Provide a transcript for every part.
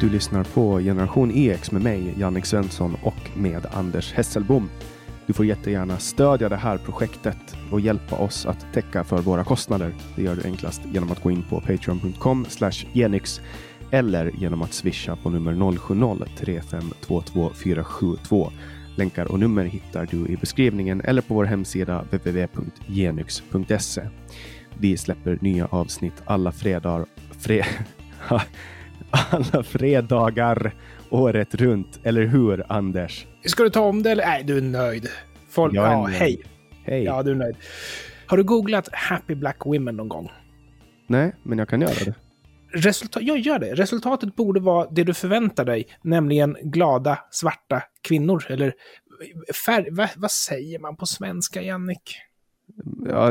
Du lyssnar på Generation EX med mig, Jannik Svensson, och med Anders Hesselbom. Du får jättegärna stödja det här projektet och hjälpa oss att täcka för våra kostnader. Det gör du enklast genom att gå in på patreon.com/genyx eller genom att swisha på nummer 070-3522 Länkar och nummer hittar du i beskrivningen eller på vår hemsida www.genyx.se. Vi släpper nya avsnitt alla fredagar året runt. Eller hur, Anders? Ska du ta om det eller? Nej, du är nöjd. Hej. Hej. Ja, du är nöjd. Har du googlat Happy Black Women någon gång? Nej, men jag kan göra det. Gör det. Resultatet borde vara det du förväntar dig, nämligen glada svarta kvinnor. Eller vad säger man på svenska, Jannik? Ja,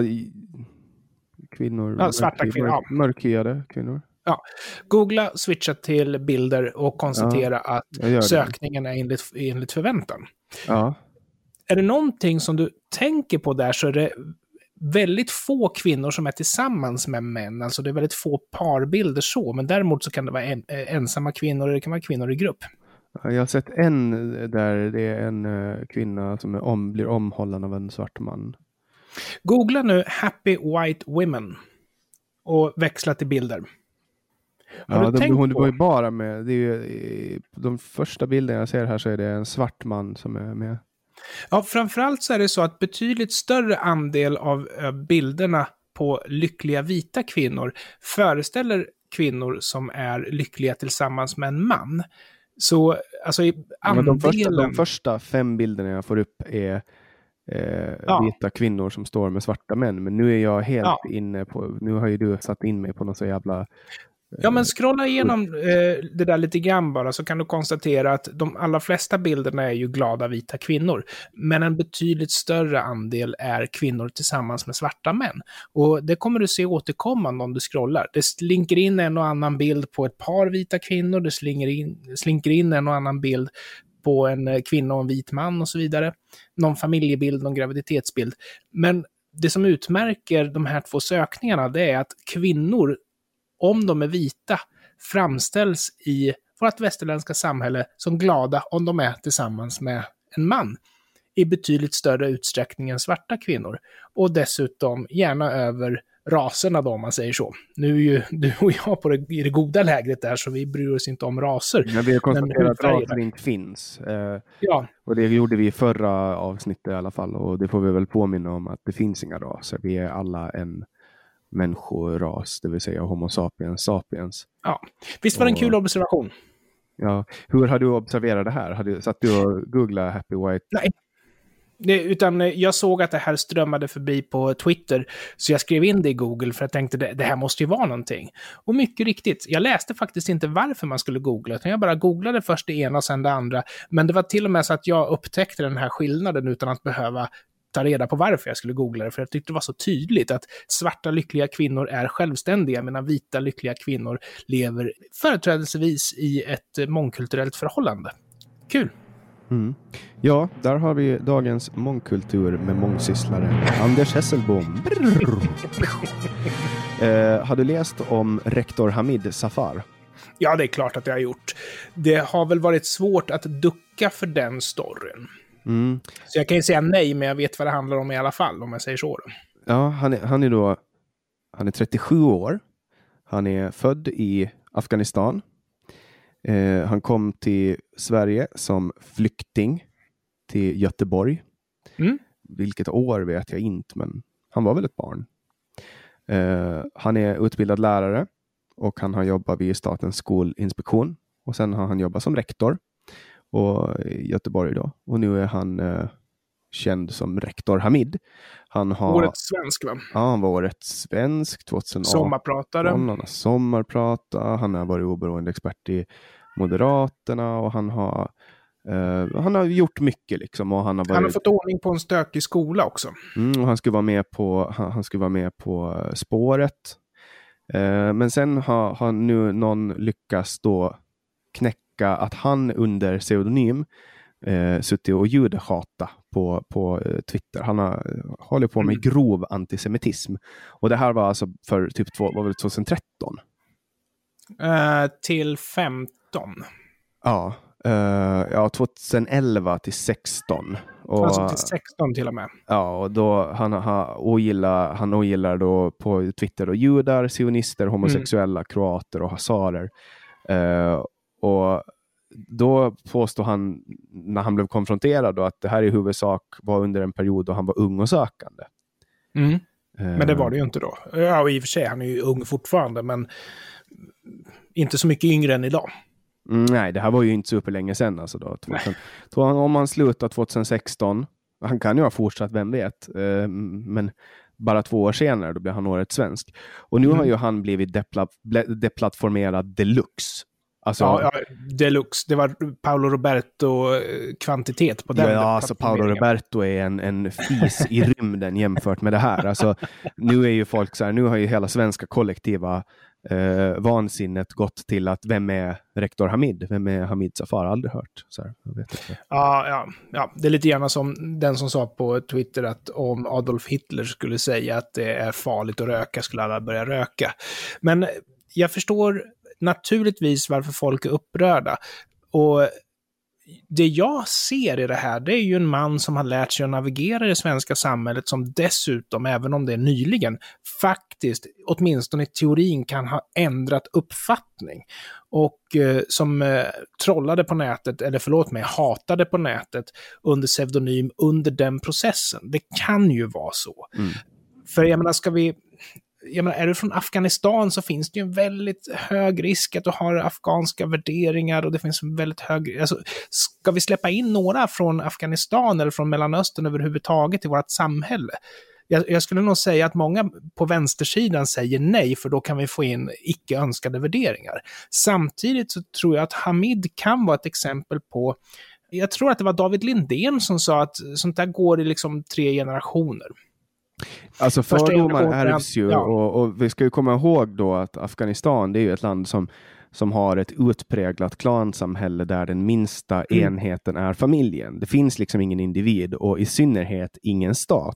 kvinnor. Ja, svarta kvinnor. Ja. Mörkhyade kvinnor. Ja. Googla, switcha till bilder och konstatera att sökningen är enligt förväntan. Ja. Är det någonting som du tänker på där, så är det väldigt få kvinnor som är tillsammans med män. Alltså det är väldigt få parbilder så. Men däremot så kan det vara ensamma kvinnor, eller det kan vara kvinnor i grupp. Jag har sett en där det är en kvinna som blir omhållen av en svart man. Googla nu Happy White Women och växla till bilder. Hon var ju bara med. Det är ju, de första bilderna jag ser här så är det en svart man som är med. Ja, framförallt så är det så att betydligt större andel av bilderna på lyckliga vita kvinnor föreställer kvinnor som är lyckliga tillsammans med en man. Så alltså i andelen... De första 5 bilderna jag får upp är vita kvinnor som står med svarta män. Men nu är jag helt inne på... Nu har ju du satt in mig på någon så jävla... Ja, men scrolla igenom det där lite grann bara, så kan du konstatera att de allra flesta bilderna är ju glada vita kvinnor. Men en betydligt större andel är kvinnor tillsammans med svarta män. Och det kommer du se återkommande om du scrollar. Det slinker in en och annan bild på ett par vita kvinnor. Det slinker in en och annan bild på en kvinna och en vit man och så vidare. Någon familjebild, någon graviditetsbild. Men det som utmärker de här två sökningarna, det är att kvinnor, om de är vita, framställs i vårt västerländska samhälle som glada om de är tillsammans med en man i betydligt större utsträckning än svarta kvinnor. Och dessutom gärna över raserna då, om man säger så. Nu är ju du och jag i det goda lägret där, så vi bryr oss inte om raser. Men vi har konstaterat att raser inte finns. Och det gjorde vi i förra avsnittet i alla fall. Och det får vi väl påminna om, att det finns inga raser. Vi är alla en människoras, det vill säga Homo sapiens. Ja, visst var det en kul observation? Ja, hur har du observerat det här? Satt du och googlade Happy White? Nej, utan jag såg att det här strömmade förbi på Twitter, så jag skrev in det i Google, för jag tänkte det här måste ju vara någonting. Och mycket riktigt, jag läste faktiskt inte varför man skulle googla, utan jag bara googlade först det ena och sen det andra. Men det var till och med så att jag upptäckte den här skillnaden utan att behöva ta reda på varför jag skulle googla det, för jag tyckte det var så tydligt att svarta lyckliga kvinnor är självständiga, medan vita lyckliga kvinnor lever företrädelsevis i ett mångkulturellt förhållande. Kul! Mm. Ja, där har vi dagens mångkultur med mångsysslare Anders Hesselbom. Har du läst om rektor Hamid Safar? Ja, det är klart att jag har gjort. Det har väl varit svårt att ducka för den storyn. Mm. Så jag kan ju säga nej, men jag vet vad det handlar om i alla fall, om jag säger så då. Ja, han är 37 år. Han är född i Afghanistan. Han kom till Sverige som flykting till Göteborg. Vilket år vet jag inte, men han var väl ett barn. Han är utbildad lärare och han har jobbat vid Statens skolinspektion. Och sen har han jobbat som rektor i Göteborg då. Och nu är han känd som rektor Hamid. Årets svensk, va? Ja, han var årets svensk 2018. Sommarpratare. Han har sommarprata. Han har varit oberoende expert i Moderaterna och han har gjort mycket liksom. Och han har fått ordning på en stökig skola också. Och han skulle vara med på spåret. Men sen har nu någon lyckats då knäcka att han under pseudonym suttit och ljudhata på Twitter. Han håller på med grov antisemitism. Och det här var alltså för typ 2013. Till 15 Ja, 2011 till 16. Och, alltså till 16 till och med. Ja, och då han ogillar då på Twitter då judar, sionister, homosexuella, kroater och hazarer. Och då påstår han, när han blev konfronterad då, att det här i huvudsak var under en period då han var ung och sökande. Men det var det ju inte då. Ja, och i och för sig, han är ju ung fortfarande, men inte så mycket yngre än idag. Nej, det här var ju inte superlänge sedan. Alltså då. Om han slutar 2016, han kan ju ha fortsatt, vem vet. Men bara 2 år senare, då blir han årets svensk. Och nu har ju han blivit deplattformerad deluxe. Alltså, ja, deluxe. Det var Paolo Roberto-kvantitet på den. Ja, alltså Paolo Roberto är en fis i rymden jämfört med det här. Alltså, nu är ju folk så här, nu har ju hela svenska kollektiva vansinnet gått till att vem är rektor Hamid? Vem är Hamid Safar? Aldrig hört. Så här, jag vet inte. Ja, det är lite gärna som den som sa på Twitter att om Adolf Hitler skulle säga att det är farligt att röka skulle alla börja röka. Men jag förstår naturligtvis varför folk är upprörda. Och det jag ser i det här, det är ju en man som har lärt sig att navigera i det svenska samhället, som dessutom, även om det är nyligen, faktiskt, åtminstone i teorin, kan ha ändrat uppfattning. Och som trollade på nätet, eller hatade på nätet under pseudonym under den processen. Det kan ju vara så. För jag menar, är du från Afghanistan så finns det ju en väldigt hög risk att du har afghanska värderingar, och det finns en väldigt hög... Alltså, ska vi släppa in några från Afghanistan eller från Mellanöstern överhuvudtaget i vårt samhälle? Jag skulle nog säga att många på vänstersidan säger nej, för då kan vi få in icke önskade värderingar. Samtidigt så tror jag att Hamid kan vara ett exempel på... Jag tror att det var David Lindén som sa att sånt där går i liksom 3 generationer. Alltså fördomar ärvs ju, och vi ska ju komma ihåg då att Afghanistan, det är ju ett land som har ett utpräglat klansamhälle där den minsta enheten är familjen. Det finns liksom ingen individ, och i synnerhet ingen stat.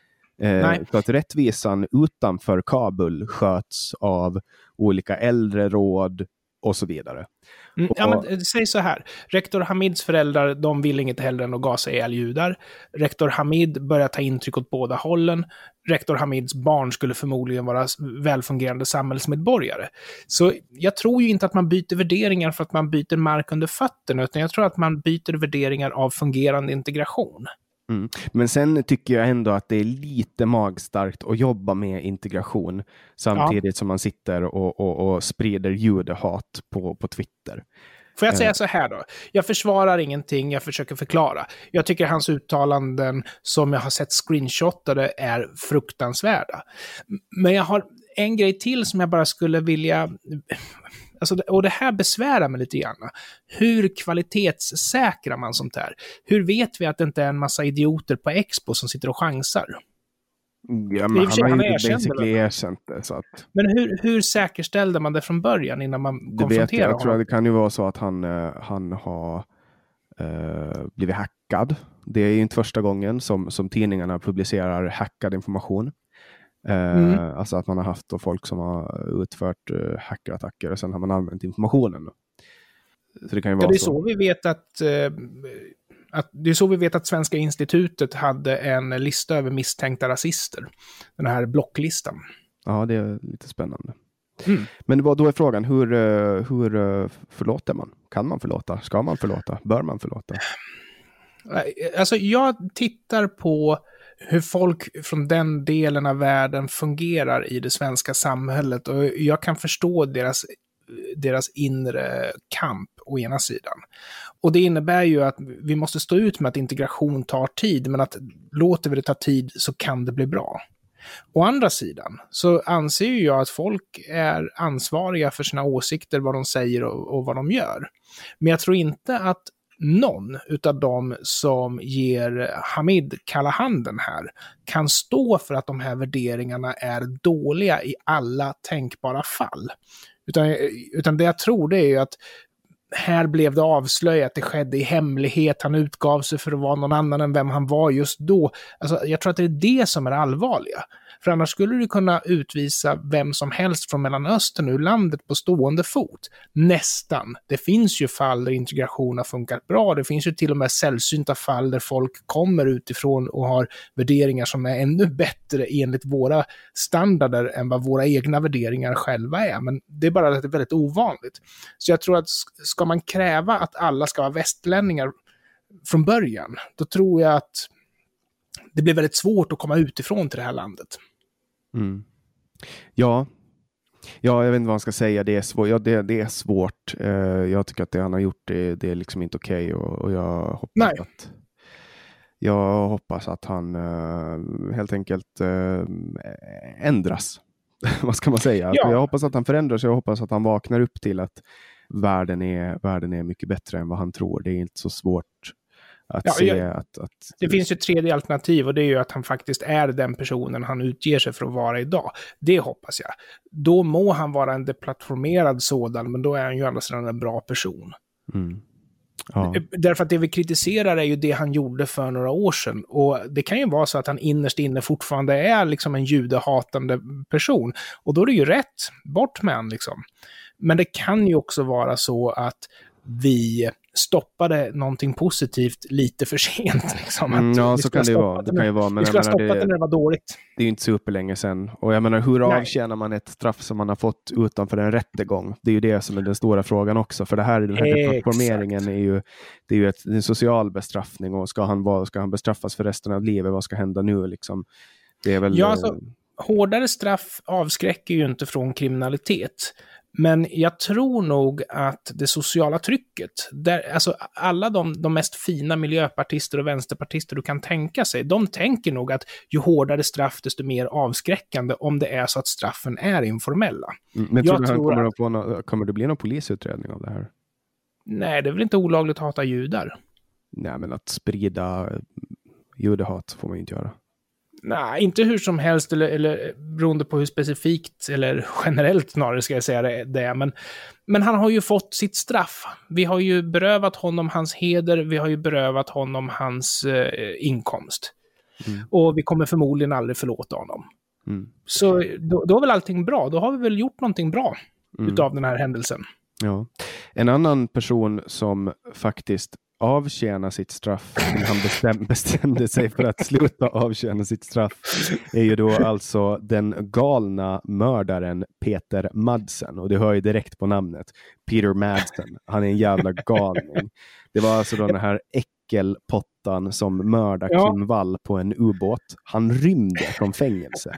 Så att rättvisan utanför Kabul sköts av olika äldreråd och så vidare. Ja, men säg så här. Rektor Hamids föräldrar, de vill inget hellre än att gasa ihjäl judar. Rektor Hamid börjar ta intryck åt båda hållen. Rektor Hamids barn skulle förmodligen vara välfungerande samhällsmedborgare. Så jag tror ju inte att man byter värderingar för att man byter mark under fötterna, utan jag tror att man byter värderingar av fungerande integration. Men sen tycker jag ändå att det är lite magstarkt att jobba med integration samtidigt som man sitter och sprider judehat på Twitter. Får jag säga så här då? Jag försvarar ingenting, jag försöker förklara. Jag tycker hans uttalanden som jag har sett screenshotade är fruktansvärda. Men jag har en grej till som jag bara skulle vilja... Alltså, och det här besvärar mig lite grann. Hur kvalitetssäkrar man sånt här? Hur vet vi att det inte är en massa idioter på Expo som sitter och chansar? Ja, men han har ju basically erkänt det. Så att... Men hur säkerställde man det från början innan man konfronterade honom? Jag tror att det kan ju vara så att han har blivit hackad. Det är ju inte första gången som tidningarna publicerar hackad information. Alltså att man har haft folk som har utfört hackerattacker och sen har man använt informationen. Så det kan ju vara det är så vi vet att det är så vi vet att Svenska institutet hade en lista över misstänkta rasister. Den här blocklistan. Ja, det är lite spännande. Men då är frågan, hur förlåter man? Kan man förlåta? Ska man förlåta? Bör man förlåta? Alltså jag tittar på hur folk från den delen av världen fungerar i det svenska samhället, och jag kan förstå deras inre kamp å ena sidan. Och det innebär ju att vi måste stå ut med att integration tar tid, men att låter vi det ta tid så kan det bli bra. Å andra sidan så anser ju jag att folk är ansvariga för sina åsikter, vad de säger och vad de gör. Men jag tror inte att någon utav dem som ger Hamid kalla handen här kan stå för att de här värderingarna är dåliga i alla tänkbara fall. Utan det jag tror det är ju att här blev det avslöjat, det skedde i hemlighet, han utgav sig för att vara någon annan än vem han var just då. Alltså, jag tror att det är det som är allvarliga. För annars skulle du kunna utvisa vem som helst från Mellanöstern ur landet på stående fot. Nästan. Det finns ju fall där integration har funkat bra. Det finns ju till och med sällsynta fall där folk kommer utifrån och har värderingar som är ännu bättre enligt våra standarder än vad våra egna värderingar själva är. Men det är bara att det är väldigt ovanligt. Så jag tror att ska man kräva att alla ska vara västlänningar från början, då tror jag att det blir väldigt svårt att komma utifrån till det här landet. Mm. Ja, jag vet inte vad man ska säga. Det är svårt. Ja, det är svårt. Jag tycker att det han har gjort det är liksom inte okej. Och jag hoppas att han helt enkelt ändras. Vad ska man säga? Ja. Jag hoppas att han förändras. Jag hoppas att han vaknar upp till att världen är mycket bättre än vad han tror. Det är inte så svårt att se att... Det finns ju ett tredje alternativ, och det är ju att han faktiskt är den personen han utger sig för att vara idag. Det hoppas jag. Då må han vara en deplattformerad sådan, men då är han ju andra sidan en bra person. Mm. Ja. Därför att det vi kritiserar är ju det han gjorde för några år sedan. Och det kan ju vara så att han innerst inne fortfarande är liksom en judehatande person. Och då är det ju rätt. Bort med han liksom. Men det kan ju också vara så att vi stoppade någonting positivt lite för sent. Liksom. Ja, så kan det vara. Det kan ju vara, men vi skulle ha stoppat det när det var dåligt. Det är ju inte superlänge sedan. Och jag menar, hur avtjänar man ett straff som man har fått utanför en rättegång? Det är ju det som är den stora frågan också. För den här deplattformeringen är ju en social bestraffning. Och ska han bestraffas för resten av livet? Vad ska hända nu? Liksom? Det är väl... Ja, alltså, hårdare straff avskräcker ju inte från kriminalitet. Men jag tror nog att det sociala trycket, alltså alla de mest fina miljöpartister och vänsterpartister du kan tänka sig, de tänker nog att ju hårdare straff desto mer avskräckande om det är så att straffen är informella. Men kommer det bli någon polisutredning av det här? Nej, det är väl inte olagligt att hata judar? Nej, men att sprida judehat får man ju inte göra. Nej, inte hur som helst eller beroende på hur specifikt eller generellt snarare ska jag säga det. Men han har ju fått sitt straff. Vi har ju berövat honom hans heder, vi har ju berövat honom hans inkomst. Och vi kommer förmodligen aldrig förlåta honom. Så då är väl allting bra. Då har vi väl gjort någonting bra utav den här händelsen. Ja. En annan person som faktiskt avtjäna sitt straff, han bestämde sig för att sluta avtjäna sitt straff, är ju då alltså den galna mördaren Peter Madsen. Och det hör ju direkt på namnet. Peter Madsen. Han är en jävla galning. Det var alltså då den här äckelpottan som mördade Kim Wall på en ubåt. Han rymde från fängelse.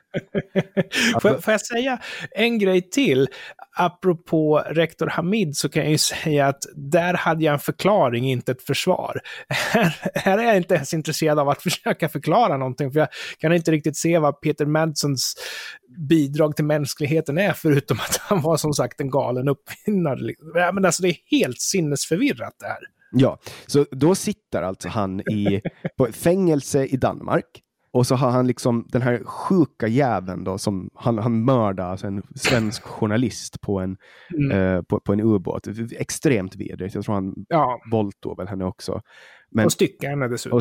Får jag säga en grej till? Apropå rektor Hamid så kan jag ju säga att där hade jag en förklaring, inte ett försvar. Här är jag inte ens intresserad av att försöka förklara någonting, för jag kan inte riktigt se vad Peter Madsens bidrag till mänskligheten är, förutom att han var som sagt en galen uppfinnare. Men alltså det är helt sinnesförvirrat det här. Ja, så då sitter alltså han på fängelse i Danmark. Och så har han liksom den här sjuka jäveln då som han mördar, alltså en svensk journalist på en ubåt. Extremt vidrigt. Jag tror han våldtog väl henne också. Och styckar henne dessutom.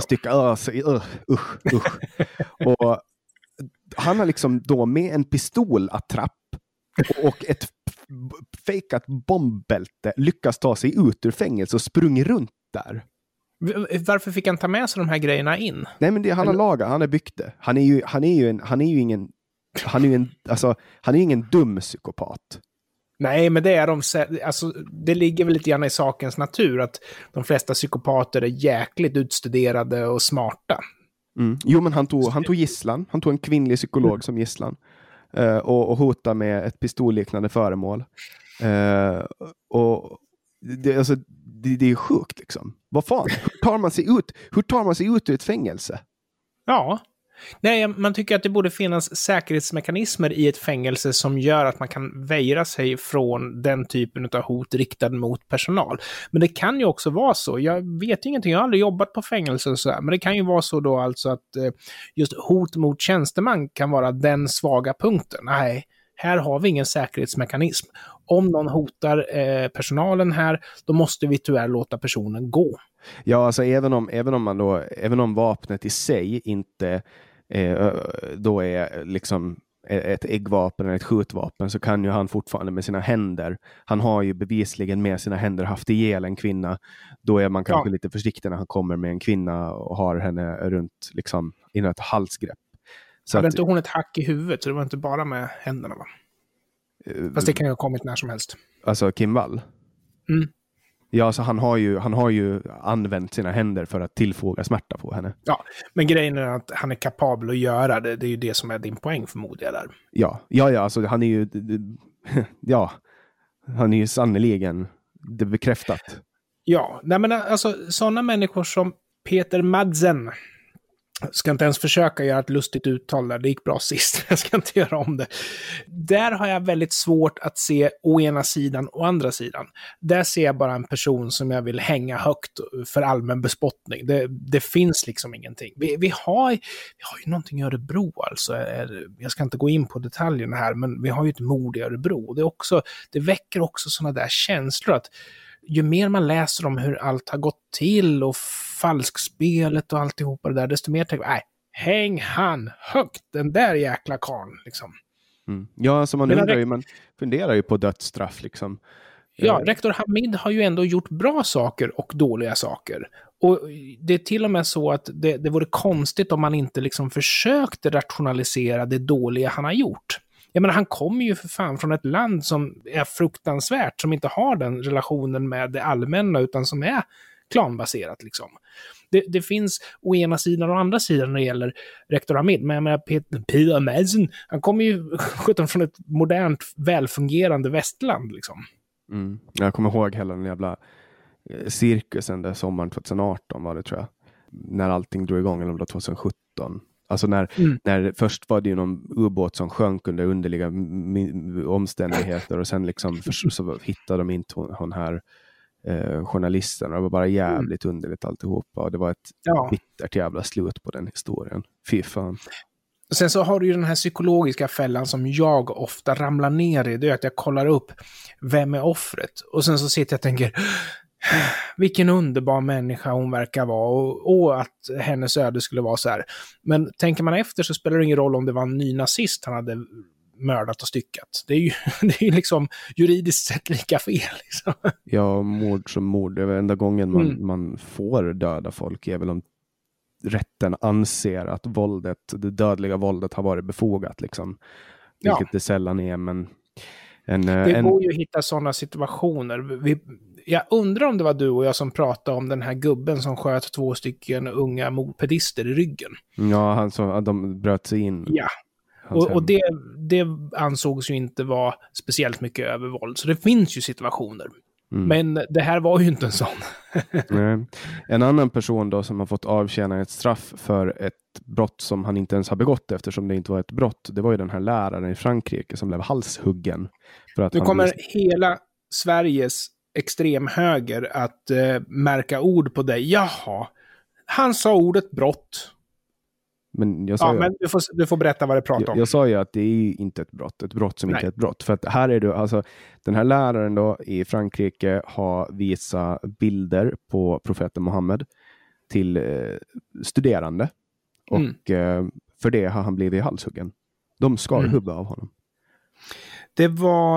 Och han har liksom då med en pistolattrapp och ett fejkat bombbälte lyckas ta sig ut ur fängelse och sprungit runt där. Varför fick han ta med sig de här grejerna in? Nej, men han har lagat, han har byggt det. Han är ju ingen dum psykopat. Nej, men det är alltså, det ligger väl lite grann i sakens natur att de flesta psykopater är jäkligt utstuderade och smarta. Jo, men han tog gisslan. Han tog en kvinnlig psykolog som gisslan. Och hotade med ett pistolliknande föremål. Och det är sjukt liksom. Vad fan? Hur tar man sig ut ur ett fängelse? Ja. Nej, man tycker att det borde finnas säkerhetsmekanismer i ett fängelse som gör att man kan väjra sig från den typen av hot riktad mot personal. Men det kan ju också vara så, jag vet ingenting, jag har aldrig jobbat på fängelse och så här, men det kan ju vara så då alltså att just hot mot tjänsteman kan vara den svaga punkten. Nej, här har vi ingen säkerhetsmekanism. Om någon hotar personalen här, då måste vi tyvärr låta personen gå. Ja, alltså även om vapnet i sig inte då är liksom ett äggvapen eller ett skjutvapen, så kan ju han fortfarande med sina händer, han har ju bevisligen med sina händer haft ihjäl en kvinna. Då är man kanske lite försiktig när han kommer med en kvinna och har henne runt liksom inom ett halsgrepp. Så hade inte hon ett hack i huvudet, så det var inte bara med händerna, va? Fast det kan ju ha kommit när som helst. Alltså Kim Wall? Mm. Ja, så han har ju använt sina händer för att tillfoga smärta på henne. Ja, men grejen är att han är kapabel att göra det. Det är ju det som är din poäng, förmodar jag där. Ja, alltså han är ju ja, han är ju sannoliken det bekräftat. Ja, nej men alltså sådana människor som Peter Madsen, ska inte ens försöka göra ett lustigt uttal där. Det gick bra sist. Jag ska inte göra om det. Där har jag väldigt svårt att se å ena sidan och andra sidan. Där ser jag bara en person som jag vill hänga högt för allmän bespottning. Det finns liksom ingenting. Vi har ju någonting i Örebro alltså. Jag ska inte gå in på detaljerna här, men vi har ju ett mord i Örebro. Det väcker också sådana där känslor att ju mer man läser om hur allt har gått till och falskspelet och alltihopa det där, desto mer tänker jag, häng han högt, den där jäkla karln, liksom. Mm. Ja, alltså man funderar ju på dödsstraff, liksom. Ja, rektor Hamid har ju ändå gjort bra saker och dåliga saker. Och det är till och med så att det vore konstigt om man inte liksom försökte rationalisera det dåliga han har gjort. Jag menar, han kommer ju för fan från ett land som är fruktansvärt, som inte har den relationen med det allmänna, utan som är klanbaserat liksom. Det finns å ena sidan och andra sidan när det gäller rektor Hamid, men jag menar Peter Madsen, han kommer ju från ett modernt, välfungerande västland liksom. Mm. Jag kommer ihåg hela den jävla cirkusen där sommaren 2018 var det, tror jag. När allting drog igång, eller om det var 2017. Alltså när först var det ju någon ubåt som sjönk under underliga omständigheter, och sen liksom så hittade de inte hon här journalisten, och det var bara jävligt underligt alltihopa, och det var ett bittert jävla slut på den historien. Fy fan. Sen så har du ju den här psykologiska fällan som jag ofta ramlar ner i, det är att jag kollar upp vem är offret, och sen så sitter jag och tänker, vilken underbar människa hon verkar vara, och att hennes öde skulle vara så här. Men tänker man efter så spelar det ingen roll om det var en ny nazist han hade mördat och styckat. Det är ju liksom juridiskt sett lika fel. Liksom. Ja, mord som mord. Det är enda gången man får döda folk är väl om rätten anser att det dödliga våldet har varit befogat. Liksom. Vilket det sällan är, men det går ju att hitta sådana situationer. Jag undrar om det var du och jag som pratade om den här gubben som sköt 2 stycken unga mopedister i ryggen. Ja, de bröt sig in. Ja, och det ansågs ju inte vara speciellt mycket övervåld. Så det finns ju situationer. Men det här var ju inte en sån. Nej. En annan person då som har fått avtjäna ett straff för ett brott som han inte ens har begått, eftersom det inte var ett brott, det var ju den här läraren i Frankrike som blev halshuggen. För att nu kommer hela Sveriges extremhöger att märka ord på dig. Jaha, han sa ordet brott. Men jag sa men du får berätta vad det pratar om. Jag sa ju att det är inte ett brott som inte är ett brott. För att här är det, alltså, den här läraren då i Frankrike har visat bilder på profeten Muhammed till studerande. Och för det har han blivit halshuggen. De skar huvudet av honom. Det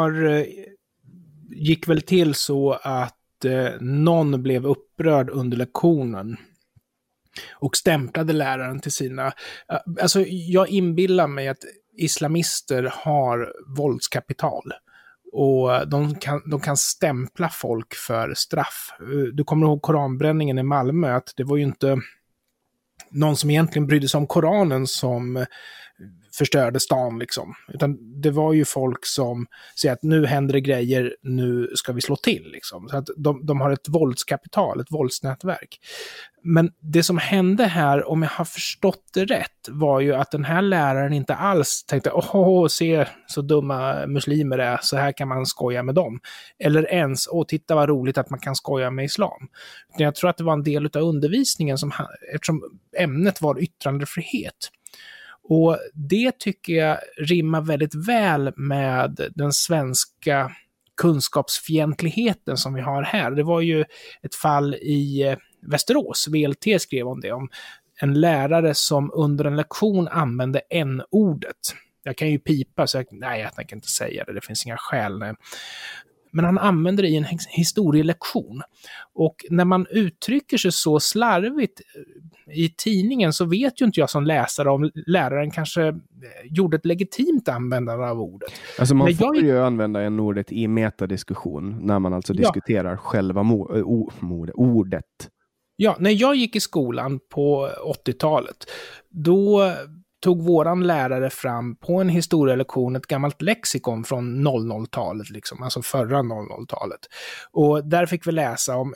gick väl till så att någon blev upprörd under lektionen och stämplade läraren till sina... Alltså jag inbillar mig att islamister har våldskapital. Och de kan stämpla folk för straff. Du kommer ihåg koranbränningen i Malmö, att det var ju inte någon som egentligen brydde sig om Koranen som förstörde stan liksom. Utan det var ju folk som säger att nu händer det grejer, nu ska vi slå till liksom. Så att de har ett våldskapital, ett våldsnätverk. Men det som hände här, om jag har förstått det rätt, var ju att den här läraren inte alls tänkte, se så dumma muslimer är, så här kan man skoja med dem. Eller ens, titta vad roligt att man kan skoja med islam. Utan jag tror att det var en del av undervisningen eftersom ämnet var yttrandefrihet. Och det tycker jag rimmar väldigt väl med den svenska kunskapsfientligheten som vi har här. Det var ju ett fall i Västerås, VLT skrev om det, om en lärare som under en lektion använde n-ordet. Jag kan ju pipa, så jag tänker inte säga det, det finns inga skäl. Nej. Men han använder det i en historielektion. Och när man uttrycker sig så slarvigt i tidningen så vet ju inte jag som läsare om läraren kanske gjorde ett legitimt användande av ordet. Alltså man får ju använda n-ordet i metadiskussion när man alltså diskuterar själva ordet. Ja, när jag gick i skolan på 80-talet, då tog våran lärare fram på en historielektion ett gammalt lexikon från 00-talet, liksom, alltså förra 00-talet. Och där fick vi läsa om,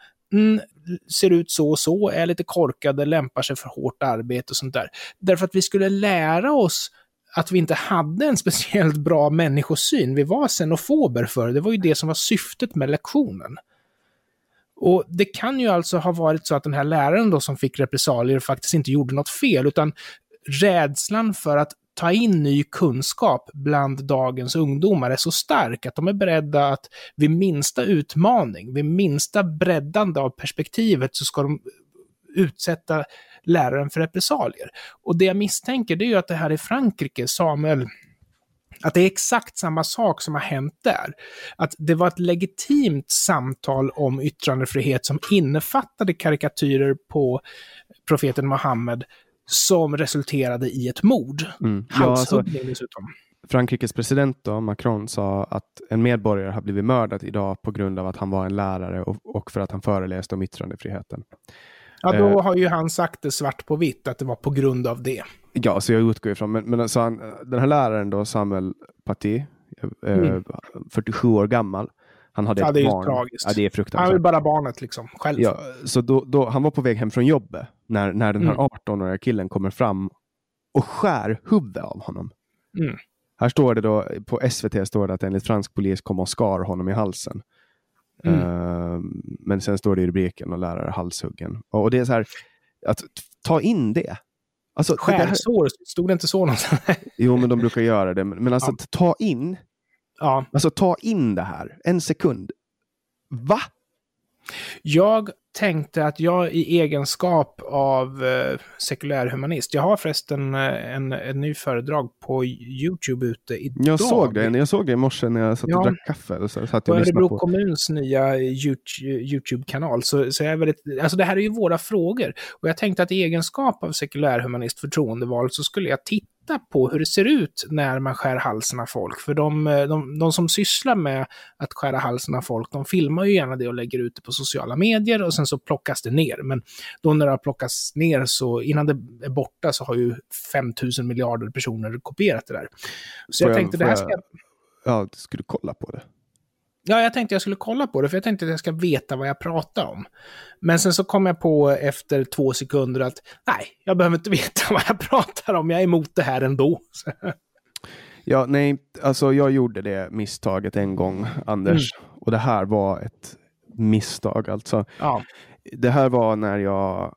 ser ut så och så, är lite korkade, lämpar sig för hårt arbete och sånt där. Därför att vi skulle lära oss att vi inte hade en speciellt bra människosyn. Vi var xenofober för det var ju det som var syftet med lektionen. Och det kan ju alltså ha varit så att den här läraren då som fick repressalier faktiskt inte gjorde något fel, utan rädslan för att ta in ny kunskap bland dagens ungdomar är så stark att de är beredda att vid minsta utmaning, vid minsta breddande av perspektivet så ska de utsätta läraren för repressalier. Och det jag misstänker det är ju att det här i Frankrike, Samuel, att det är exakt samma sak som har hänt där. Att det var ett legitimt samtal om yttrandefrihet som innefattade karikatyrer på profeten Muhammed som resulterade i ett mord. Halshuggning dessutom. Frankrikes president då, Macron, sa att en medborgare har blivit mördad idag på grund av att han var en lärare och för att han föreläste om yttrandefriheten. Ja, då har ju han sagt det svart på vitt att det var på grund av det. Ja, så jag utgår ifrån. Men så den här läraren då, Samuel Paty, 47 år gammal. Han hade ett det är barn. Ju tragiskt. Ja, det är fruktansvärt. Han är bara barnet liksom, själv. Ja, så då, han var på väg hem från jobbet när den här 18-åriga killen kommer fram och skär huvudet av honom. Här står det då, på SVT står det att enligt fransk polis kom och skar honom i halsen. Men sen står det i rubriken och lärare halshuggen. Och det är så här, att ta in det. Alltså, skärsår, stod det inte så någonstans? Jo, men de brukar göra det. Men alltså ta in. Ja. Alltså ta in det här. En sekund. Va? Jag tänkte att jag i egenskap av sekulärhumanist, jag har förresten en ny föredrag på YouTube ute idag. Jag såg det i morse när jag satt och drack kaffe. Så att jag Örebro kommuns nya YouTube-kanal. Så jag är väldigt, alltså det här är ju våra frågor. Och jag tänkte att i egenskap av sekulärhumanist förtroendeval så skulle jag titta på hur det ser ut när man skär halsen av folk. För de som sysslar med att skära halsen av folk, de filmar ju gärna det och lägger ut det på sociala medier och sen så plockas det ner. Men då när det har plockats ner så innan det är borta så har ju 5000 miljarder personer kopierat det där. Så jag tänkte det här ska... Ja, du skulle kolla på det. Ja, jag tänkte jag skulle kolla på det för jag tänkte att jag ska veta vad jag pratar om. Men sen så kom jag på efter 2 sekunder att nej, jag behöver inte veta vad jag pratar om. Jag är emot det här ändå. Ja, nej, alltså jag gjorde det misstaget en gång, Anders. Och det här var ett misstag alltså. Ja. Det här var när jag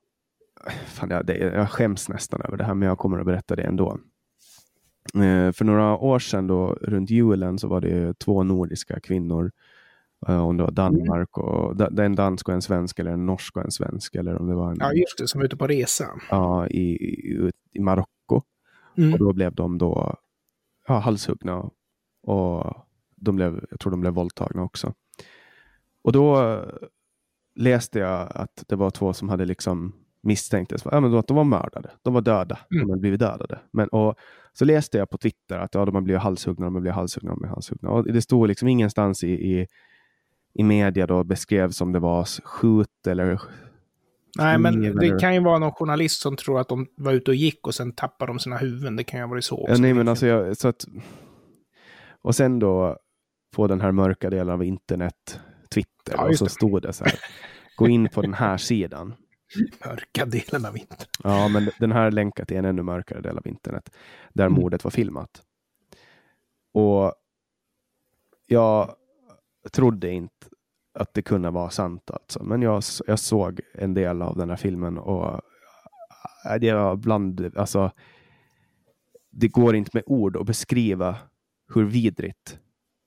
skäms nästan över det här, men jag kommer att berätta det ändå. För några år sedan då, runt julen, så var det 2 nordiska kvinnor. Om det var Danmark och det är en dansk och en svensk, eller en norsk och en svensk, eller om det var en... Ja, just det, som var ute på resa. Ja, i Marocko. Och då blev de då halshuggna och jag tror de blev våldtagna också. Och då läste jag att det var 2 som hade liksom misstänktes. Ja, men att de var mördade. De var döda. De hade blivit dödade. Och så läste jag på Twitter att de har blivit halshuggna. Och det stod liksom ingenstans i media då beskrevs som det var skjut eller... Nej, men det kan ju vara någon journalist som tror att de var ute och gick och sen tappade de sina huvuden. Det kan ju ha varit så också. Ja, nej, men alltså så att... Och sen då på den här mörka delen av internet, Twitter, och så stod det så här: gå in på den här sidan. Mörka delen av internet. Ja, men den här länkar till en ännu mörkare del av internet där mordet var filmat. Och jag trodde inte att det kunde vara sant alltså. Men jag såg en del av den här filmen och det var bland, det går inte med ord att beskriva hur vidrigt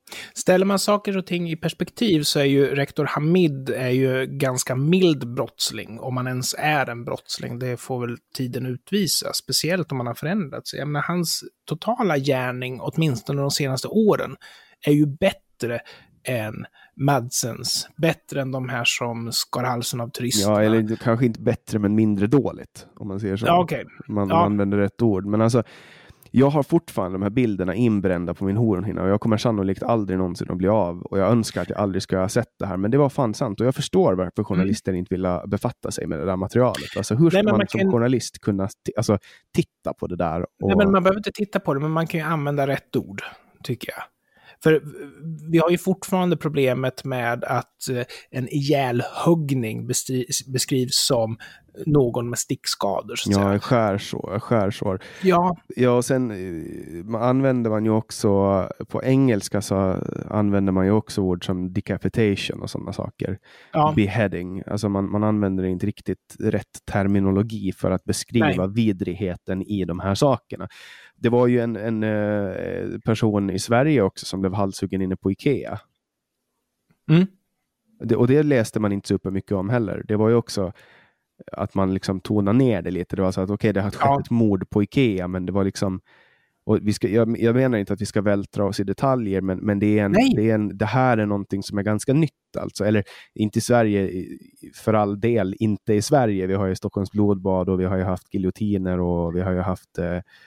Ställer man saker och ting i perspektiv så är ju rektor Hamid är ju ganska mild brottsling, om man ens är en brottsling. Det får väl tiden utvisa, speciellt om man har förändrats. Jag menar, hans totala gärning, åtminstone de senaste åren, är ju bättre än Madsens. Bättre än de här som skar halsen av turisterna. Ja, eller kanske inte bättre, men mindre dåligt, om man säger så. Ja, okay. Man använder rätt ord. Men alltså, jag har fortfarande de här bilderna inbrända på min hornhinna och jag kommer sannolikt aldrig någonsin att bli av. Och jag önskar att jag aldrig skulle ha sett det här. Men det var fan sant. Och jag förstår varför journalister inte vill befatta sig med det där materialet. Alltså hur ska man som journalist kunna titta på det där? Och... Nej, men man behöver inte titta på det, men man kan ju använda rätt ord, tycker jag. För vi har ju fortfarande problemet med att en ihjälhuggning beskrivs som någon med stickskador. Så att säga. Skärsår. Ja. Ja, och sen använder man ju också, på engelska så använder man ju också ord som decapitation och sådana saker. Ja. Beheading. Alltså man använder inte riktigt rätt terminologi för att beskriva vidrigheten i de här sakerna. Det var ju en person i Sverige också som blev halshuggen inne på Ikea. Mm. Och det läste man inte så mycket om heller. Det var ju också att man liksom tonade ner det lite. Det var så att okej, det har skett ett mord på Ikea, men det var liksom, och jag menar inte att vi ska vältra oss i detaljer, men det här är någonting som är ganska nytt alltså. Eller inte i Sverige, för all del inte i Sverige. Vi har ju Stockholms blodbad och vi har ju haft giljotiner och vi har ju haft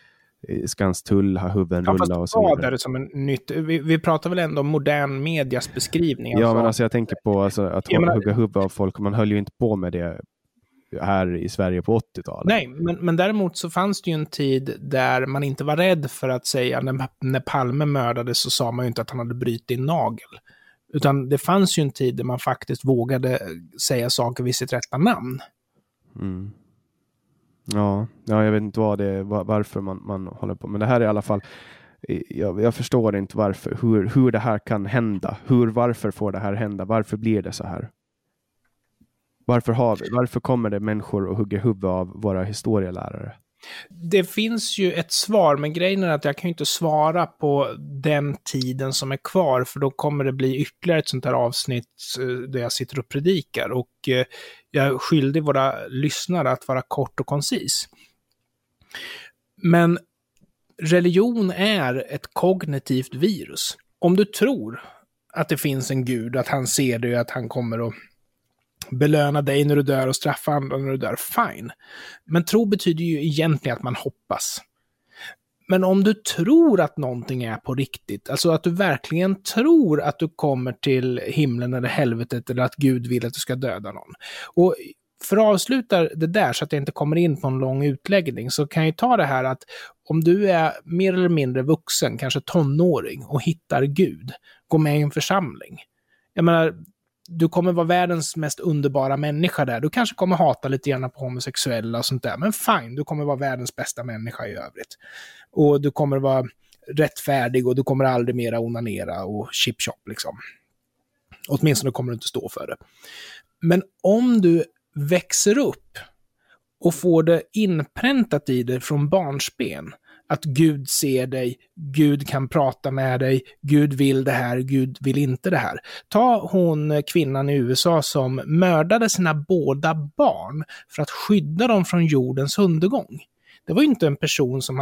Skanstull, huvuden rulla och så vidare. Ja, det som en nytt. Vi pratar väl ändå om modern medias beskrivning. Ja, men alltså jag tänker på att hugga huvudet av folk, och man höll ju inte på med det här i Sverige på 80-talet. Nej, men däremot så fanns det ju en tid där man inte var rädd för att säga, när Palme mördades så sa man ju inte att han hade brutit en nagel. Utan det fanns ju en tid där man faktiskt vågade säga saker vid sitt rätta namn. Mm. Ja, jag vet inte varför man håller på. Men det här är i alla fall, jag förstår inte hur det här kan hända. Varför får det här hända? Varför blir det så här? Varför kommer det människor och hugger huvudet av våra historielärare? Det finns ju ett svar, men grejen är att jag kan ju inte svara på den tiden som är kvar, för då kommer det bli ytterligare ett sånt här avsnitt där jag sitter och predikar, och jag är skyldig våra lyssnare att vara kort och koncis. Men religion är ett kognitivt virus. Om du tror att det finns en gud, att han ser dig, att han kommer att belöna dig när du dör och straffa andra när du dör, fine. Men tro betyder ju egentligen att man hoppas. Men om du tror att någonting är på riktigt, alltså att du verkligen tror att du kommer till himlen eller helvetet, eller att Gud vill att du ska döda någon. Och för att avsluta det där så att jag inte kommer in på en lång utläggning, så kan jag ta det här att om du är mer eller mindre vuxen, kanske tonåring, och hittar Gud, gå med i en församling. Jag menar, du kommer vara världens mest underbara människa där. Du kanske kommer hata lite grann på homosexuella och sånt där. Men fine, du kommer vara världens bästa människa i övrigt. Och du kommer vara rättfärdig och du kommer aldrig mera onanera och chip-chop liksom. Åtminstone kommer du inte stå för det. Men om du växer upp och får det inpräntat i dig från barnsben, att Gud ser dig, Gud kan prata med dig, Gud vill det här, Gud vill inte det här. Ta hon kvinnan i USA som mördade sina båda barn för att skydda dem från jordens undergång. Det var ju inte en person som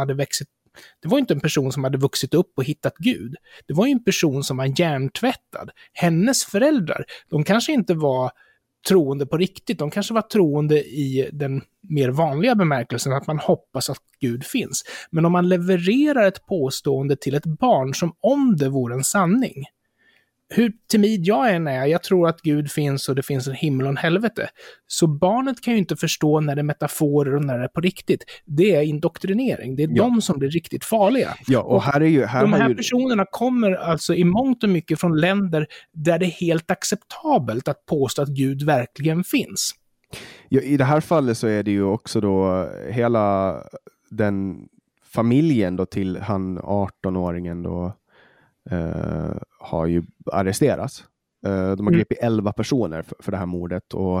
hade vuxit upp och hittat Gud. Det var ju en person som var hjärntvättad. Hennes föräldrar, de kanske inte var troende på riktigt. De kanske var troende i den mer vanliga bemärkelsen att man hoppas att Gud finns. Men om man levererar ett påstående till ett barn som om det vore en sanning. Hur timid jag än är, jag tror att Gud finns och det finns en himmel och en helvete. Så barnet kan ju inte förstå när det är metaforer och när det är på riktigt. Det är indoktrinering. Det är de som blir riktigt farliga. Ja, och de här personerna kommer alltså i mångt och mycket från länder där det är helt acceptabelt att påstå att Gud verkligen finns. Ja, i det här fallet så är det ju också då hela den familjen då till han 18-åringen då har ju arresterats. De har gripit 11 personer för det här mordet, och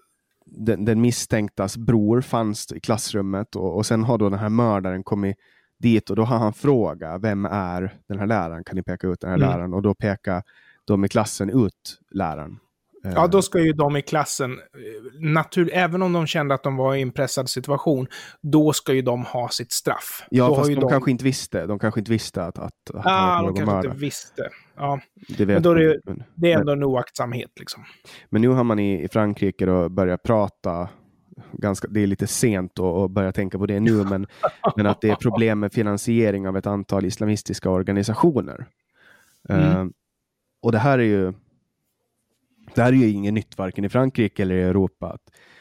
den misstänktas bror fanns i klassrummet, och sen har då den här mördaren kommit dit och då har han frågat, vem är den här läraren? Kan ni peka ut den här läraren? Och då pekar de i klassen ut läraren. Ja, då ska ju de i klassen, även om de kände att de var i en pressad situation, då ska ju de ha sitt straff. Ja, då fast har ju de kanske inte visste. De kanske inte visste att de kanske inte visste. Ja. Men då är det är ändå en oaktsamhet liksom. Men nu har man i Frankrike då börjat prata det är lite sent att börja tänka på det nu, men att det är problem med finansiering av ett antal islamistiska organisationer. Och det här är ju inget nytt varken i Frankrike eller i Europa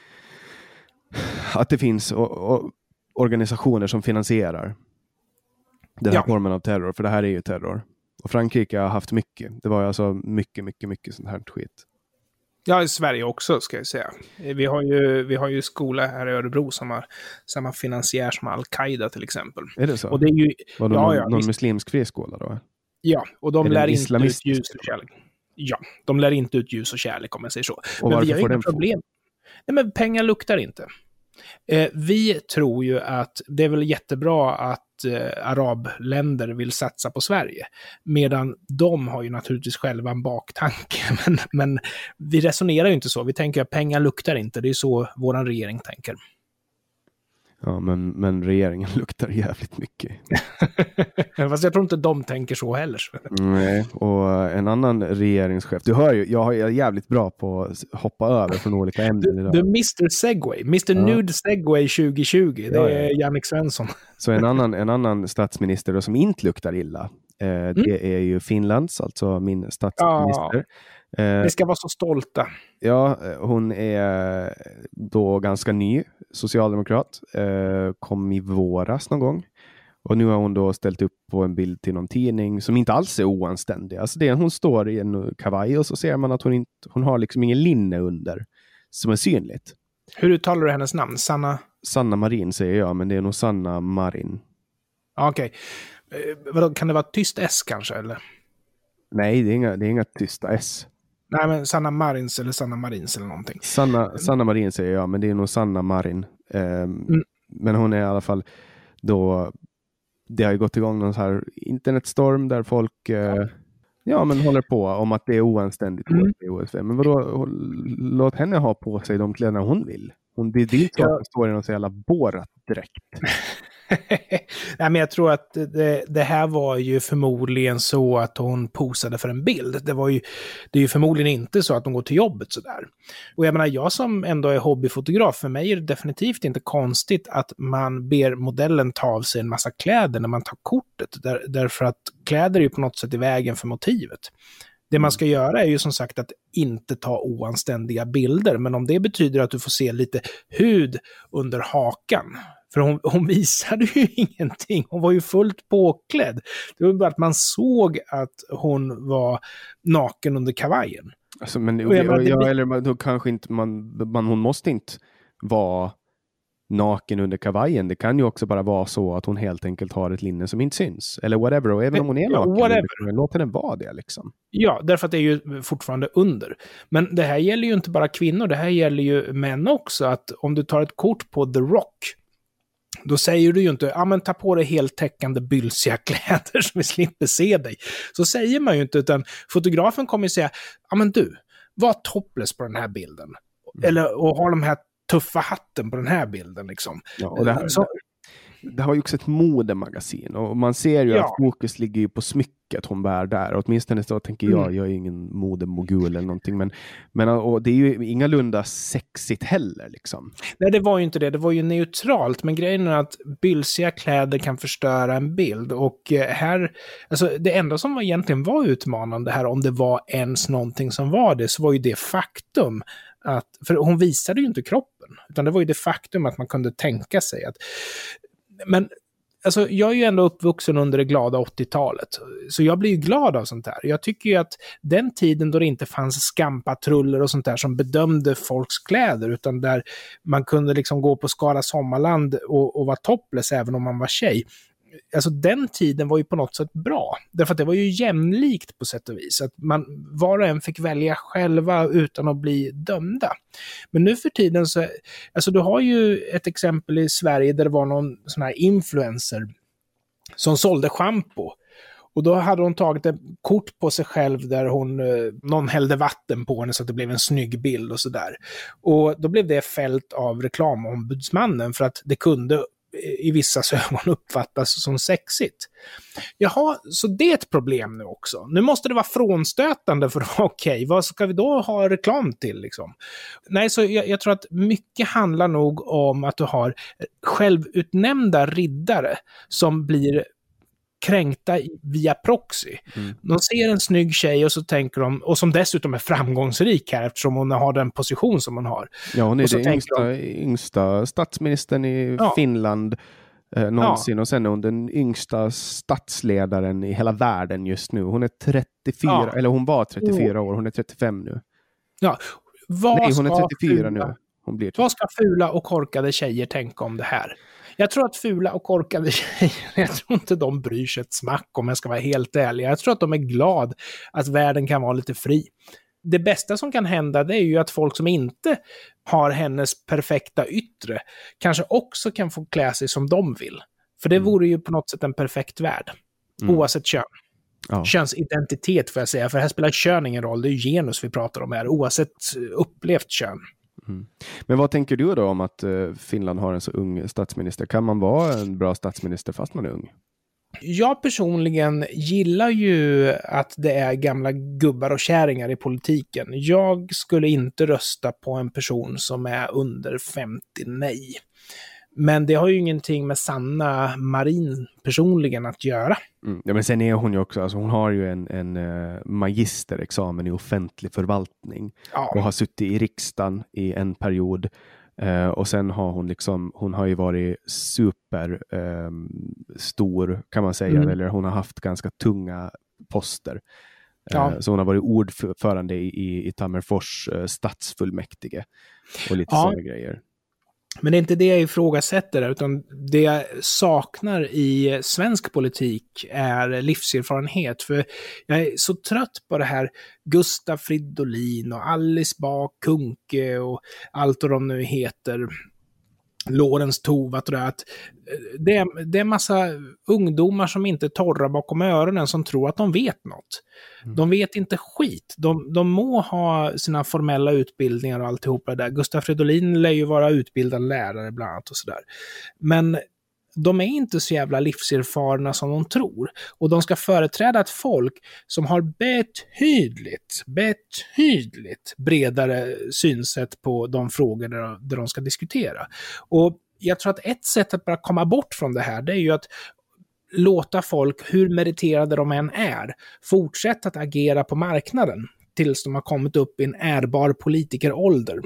att det finns organisationer som finansierar den här formen av terror, för det här är ju terror. Och Frankrike har haft mycket. Det var ju alltså mycket sånt här skit. Ja, i Sverige också ska jag säga. Vi har ju skola här i Örebro som har samma finansiär som Al-Qaida till exempel. Är det så? Och det är ju, var det någon muslimsk friskola då? Ja, och de lär inte ut ljus och kärlek. Ja, de lär inte ut ljus och kärlek om jag säger så. Och men varför vi har får inga problem. Nej, men pengar luktar inte. Vi tror ju att det är väl jättebra att arabländer vill satsa på Sverige. Medan de har ju naturligtvis själva en baktanke. Men vi resonerar ju inte så. Vi tänker att pengar luktar inte. Det är så våran regering tänker. Ja, men regeringen luktar jävligt mycket. Fast jag tror inte de tänker så heller. Nej, och en annan regeringschef. Du hör ju, jag är jävligt bra på att hoppa över från olika ämnen idag. Du Mr. Segway. Mr. Nude Segway 2020. Det är Jannik Svensson. Så en annan statsminister då, som inte luktar illa. Det är ju Finlands, alltså min statsminister. Vi ska vara så stolta. Ja, hon är då ganska ny socialdemokrat. Kom i våras någon gång. Och nu har hon då ställt upp på en bild till någon tidning som inte alls är oanständig. Alltså hon står i en kavaj och så ser man att hon har liksom ingen linne under som är synligt. Hur uttalar du hennes namn? Sanna Marin säger jag, men det är nog Sanna Marin. Okej. Kan det vara tyst S kanske, eller? Nej, det är inga tysta S. Nej, men Sanna Marins eller Sanna Marins eller någonting. Sanna Marin säger jag, men det är nog Sanna Marin. Men hon är i alla fall då, det har ju gått igång någon så här internetstorm där folk men håller på om att det är oanständigt. Men vadå, låt henne ha på sig de kläderna hon vill. Det är inte så att hon står i någon så jävla Borat direkt. Nej, men jag tror att det här var ju förmodligen så att hon posade för en bild. Det är ju förmodligen inte så att hon går till jobbet sådär. Och jag menar, jag som ändå är hobbyfotograf, för mig är det definitivt inte konstigt att man ber modellen ta av sig en massa kläder när man tar kortet. Därför att kläder är ju på något sätt i vägen för motivet. Det man ska göra är ju som sagt att inte ta oanständiga bilder. Men om det betyder att du får se lite hud under hakan. För hon visade ju ingenting. Hon var ju fullt påklädd. Det var bara att man såg att hon var naken under kavajen. Alltså, men då kanske inte hon måste inte vara naken under kavajen. Det kan ju också bara vara så att hon helt enkelt har ett linne som inte syns. Eller whatever. Och även om hon är naken, låt henne vara det liksom. Ja, därför att det är ju fortfarande under. Men det här gäller ju inte bara kvinnor. Det här gäller ju män också. Att om du tar ett kort på The Rock, då säger du ju inte, men ta på dig helt täckande bylsiga kläder så vi slipper se dig. Så säger man ju inte, utan fotografen kommer ju säga, men du, var topless på den här bilden. Och ha de här tuffa hatten på den här bilden liksom. Ja, och det har ju också ett modemagasin och man ser ju att fokus ligger ju på smycket hon bär där. Och åtminstone så tänker jag är ingen modemogul eller någonting, men och det är ju ingalunda sexigt heller liksom. Nej, det var ju inte det. Det var ju neutralt, men grejen är att bylsiga kläder kan förstöra en bild. Och här, alltså det enda som egentligen var utmanande här, om det var ens någonting som var det, så var ju det faktum att, för hon visade ju inte kroppen, utan det var ju det faktum att man kunde tänka sig att, men alltså jag är ju ändå uppvuxen under det glada 80-talet, så jag blir ju glad av sånt här. Jag tycker ju att den tiden då det inte fanns skampatruller och sånt där som bedömde folks kläder, utan där man kunde liksom gå på Skara Sommarland och vara topless även om man var tjej. Alltså den tiden var ju på något sätt bra. Därför att det var ju jämlikt på sätt och vis. Att man var och en fick välja själva utan att bli dömda. Men nu för tiden så, alltså du har ju ett exempel i Sverige där det var någon sån här influencer som sålde shampoo. Och då hade hon tagit ett kort på sig själv där någon hällde vatten på henne så att det blev en snygg bild och sådär. Och då blev det fällt av reklamombudsmannen för att det kunde i vissa ögon uppfattas som sexigt. Jaha, så det är ett problem nu också. Nu måste det vara frånstötande för att vara okej. Vad ska vi då ha reklam till liksom? Nej, så jag tror att mycket handlar nog om att du har självutnämnda riddare som blir kränkta via proxy. De ser en snygg tjej och så tänker de, och som dessutom är framgångsrik här eftersom hon har den position som hon har. Ja, hon är den yngsta statsministern i Finland någonsin, och sen är hon den yngsta statsledaren i hela världen just nu. Hon är 34, eller hon var 34 år, hon är 35 nu. Ja, hon är 34 nu. Hon blir 34. Vad ska fula och korkade tjejer tänka om det här? Jag tror att fula och korkade tjejer, jag tror inte de bryr sig ett smack om jag ska vara helt ärlig. Jag tror att de är glad att världen kan vara lite fri. Det bästa som kan hända det är ju att folk som inte har hennes perfekta yttre kanske också kan få klä sig som de vill. För det vore ju på något sätt en perfekt värld. Oavsett kön. Ja. Könsidentitet får jag säga, för här spelar kön ingen roll. Det är ju genus vi pratar om här, oavsett upplevt kön. Men vad tänker du då om att Finland har en så ung statsminister? Kan man vara en bra statsminister fast man är ung? Jag personligen gillar ju att det är gamla gubbar och kärringar i politiken. Jag skulle inte rösta på en person som är under 50, nej. Men det har ju ingenting med Sanna Marin personligen att göra. Ja, men sen är hon ju också, alltså hon har ju en magisterexamen i offentlig förvaltning. Ja. Och har suttit i riksdagen i en period. Och sen har hon har ju varit super stor kan man säga. Eller hon har haft ganska tunga poster. Ja. Så hon har varit ordförande i Tammerfors stadsfullmäktige. Och lite sådana grejer. Men det är inte det jag ifrågasätter, utan det jag saknar i svensk politik är livserfarenhet. För jag är så trött på det här Gustaf Fridolin och Alice Bah Kuhnke och allt vad de nu heter. Lorentz Tovatt och det, att det är massa ungdomar som inte är torra bakom öronen som tror att de vet något. De vet inte skit. De må ha sina formella utbildningar och alltihopa där. Gustaf Fridolin lär ju vara utbildad lärare bland annat och sådär. Men de är inte så jävla livserfarna som de tror. Och de ska företräda ett folk som har betydligt bredare synsätt på de frågor där de ska diskutera. Och jag tror att ett sätt att bara komma bort från det här, det är ju att låta folk, hur meriterade de än är, fortsätta att agera på marknaden tills de har kommit upp i en ärbar politikerålder.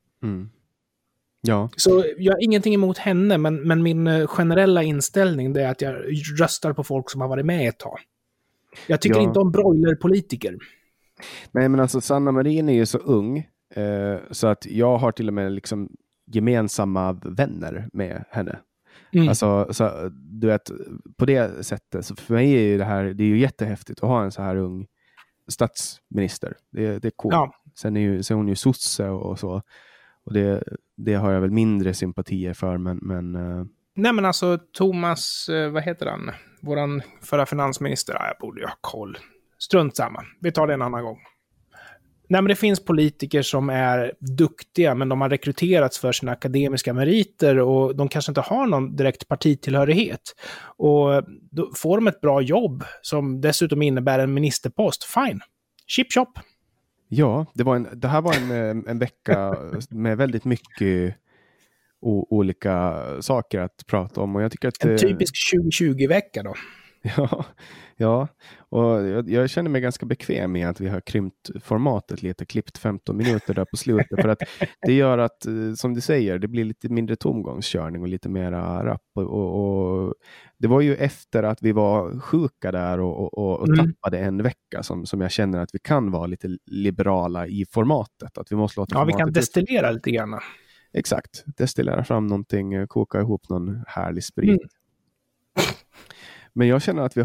Ja. Så jag har ingenting emot henne, men min generella inställning det är att jag röstar på folk som har varit med ett tag. Jag tycker inte om broilerpolitiker. Nej, men alltså Sanna Marin är ju så ung så att jag har till och med liksom gemensamma vänner med henne. Alltså, så, du vet, på det sättet, så för mig är ju det är ju jättehäftigt att ha en så här ung statsminister. Det är coolt. Ja. Sen är hon ju sosse och så. Och det har jag väl mindre sympatier för, men... Nej, men alltså Thomas, vad heter han? Våran förra finansminister, jag borde ju ha koll. Strunt samma, vi tar det en annan gång. Nej, men det finns politiker som är duktiga, men de har rekryterats för sina akademiska meriter och de kanske inte har någon direkt partitillhörighet. Och då får de ett bra jobb som dessutom innebär en ministerpost. Fine. Chip chop. Ja, det här var en vecka med väldigt mycket olika saker att prata om. Och jag tycker att, en typisk 2020-vecka då. Ja, och jag känner mig ganska bekväm med att vi har krympt formatet lite, klippt 15 minuter där på slutet. För att det gör att, som du säger, det blir lite mindre tomgångskörning och lite mera rapp. Och det var ju efter att vi var sjuka där och tappade en vecka som jag känner att vi kan vara lite liberala i formatet. Att vi måste låta vi kan destillera lite grann. Exakt, destillera fram någonting, koka ihop någon härlig sprit. Men jag känner att vi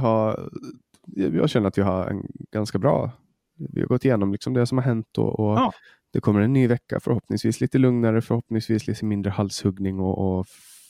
har en ganska bra, vi har gått igenom liksom det som har hänt och det kommer en ny vecka, förhoppningsvis lite lugnare, förhoppningsvis lite mindre halshuggning och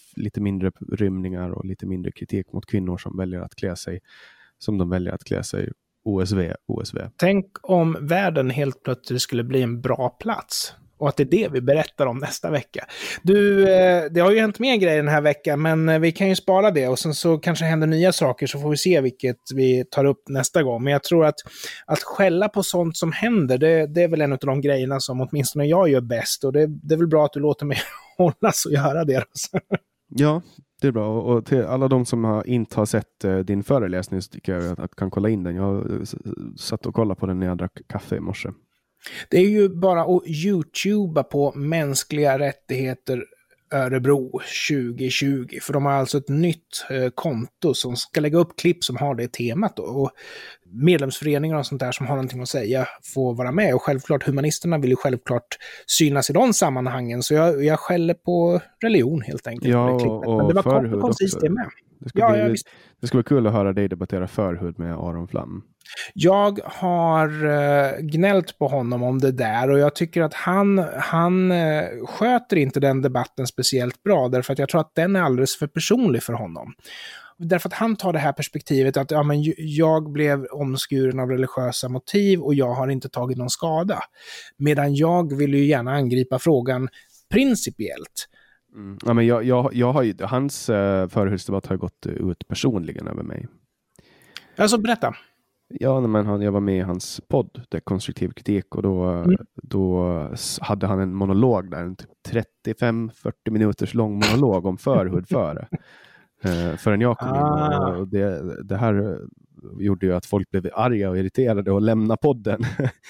lite mindre rymningar och lite mindre kritik mot kvinnor som väljer att klä sig som de väljer att klä sig. OSV. Tänk om världen helt plötsligt skulle bli en bra plats. Och att det är det vi berättar om nästa vecka. Du, det har ju hänt mer grejer den här veckan, men vi kan ju spara det. Och sen så kanske händer nya saker, så får vi se vilket vi tar upp nästa gång. Men jag tror att skälla på sånt som händer, det är väl en av de grejerna som åtminstone jag gör bäst. Och det är väl bra att du låter mig hållas och göra det. Ja, det är bra. Och till alla de som inte har sett din föreläsning, så tycker jag att kan kolla in den. Jag satt och kollade på den när jag drack kaffe i morse. Det är ju bara att YouTubea på mänskliga rättigheter Örebro 2020. För de har alltså ett nytt konto som ska lägga upp klipp som har det temat. Och medlemsföreningar och sånt där som har någonting att säga får vara med. Och självklart, humanisterna vill ju självklart synas i de sammanhangen. Så jag skäller på religion helt enkelt. Ja, och men det var kort och koncist det med. Det skulle vara kul att höra dig debattera förhud med Aron Flam. Jag har gnällt på honom om det där, och jag tycker att han sköter inte den debatten speciellt bra, därför att jag tror att den är alldeles för personlig för honom. Därför att han tar det här perspektivet att jag blev omskuren av religiösa motiv och jag har inte tagit någon skada. Medan jag vill ju gärna angripa frågan principiellt. Ja, men jag har ju, hans förhörsdebatt har gått ut personligen över mig. Alltså, berätta. Ja, men jag var med i hans podd, det är konstruktiv kritik, och då hade han en monolog där, en typ 35-40 minuters lång monolog om förhud förrän jag kom in. Och det här gjorde ju att folk blev arga och irriterade och lämnade podden.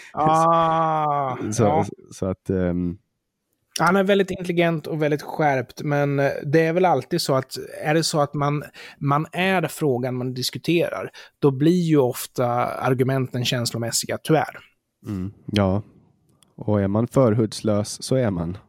Så att... Han är väldigt intelligent och väldigt skärpt, men det är väl alltid så att är det så att man är frågan man diskuterar, då blir ju ofta argumenten känslomässiga, tyvärr. Ja, och är man förhudslös så är man.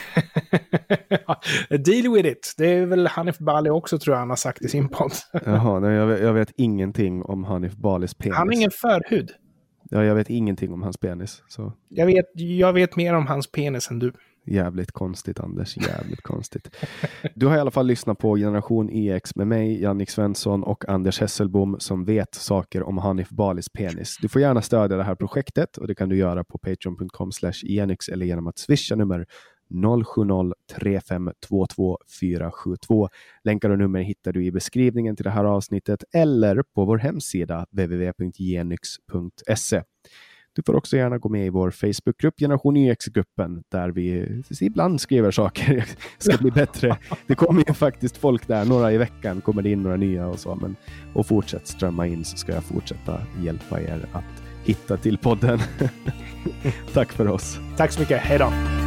Deal with it. Det är väl Hanif Bali också, tror jag han har sagt i sin podd. Jaha, nej, jag vet ingenting om Hanif Balis penis. Han har ingen förhud. Ja, jag vet ingenting om hans penis. Så. Jag vet mer om hans penis än du. Jävligt konstigt, Anders. Jävligt konstigt. Du har i alla fall lyssnat på Generation EX med mig, Jannik Svensson och Anders Hesselbom, som vet saker om Hanif Balis penis. Du får gärna stödja det här projektet, och det kan du göra på patreon.com/enix eller genom att swisha nummer 070-3522-472. Länkar och nummer hittar du i beskrivningen till det här avsnittet eller på vår hemsida www.genyx.se. Du får också gärna gå med i vår Facebookgrupp, Generation EX-gruppen, där vi ibland skriver saker ska bli bättre. Det kommer ju faktiskt folk där, några i veckan kommer det in några nya och så, men och fortsätt strömma in, så ska jag fortsätta hjälpa er att hitta till podden. Tack för oss. Tack så mycket, hej då.